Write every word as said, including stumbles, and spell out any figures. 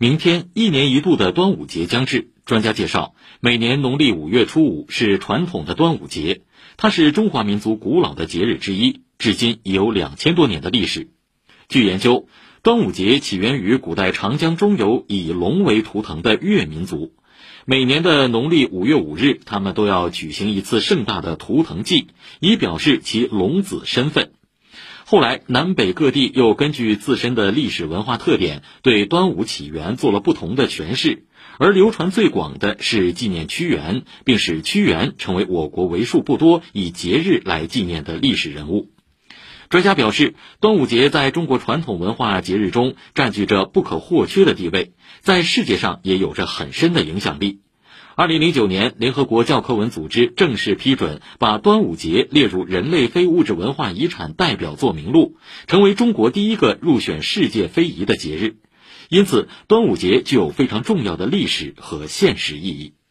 明天一年一度的端午节将至，专家介绍，每年农历五月初五是传统的端午节，它是中华民族古老的节日之一，至今已有两千多年的历史。据研究，端午节起源于古代长江中游以龙为图腾的越民族，每年的农历五月五日，他们都要举行一次盛大的图腾祭，以表示其龙子身份。后来南北各地又根据自身的历史文化特点，对端午起源做了不同的诠释，而流传最广的是纪念屈原，并使屈原成为我国为数不多以节日来纪念的历史人物。专家表示，端午节在中国传统文化节日中占据着不可或缺的地位，在世界上也有着很深的影响力。二零零九年，联合国教科文组织正式批准把端午节列入人类非物质文化遗产代表作名录，成为中国第一个入选世界非遗的节日。因此，端午节具有非常重要的历史和现实意义。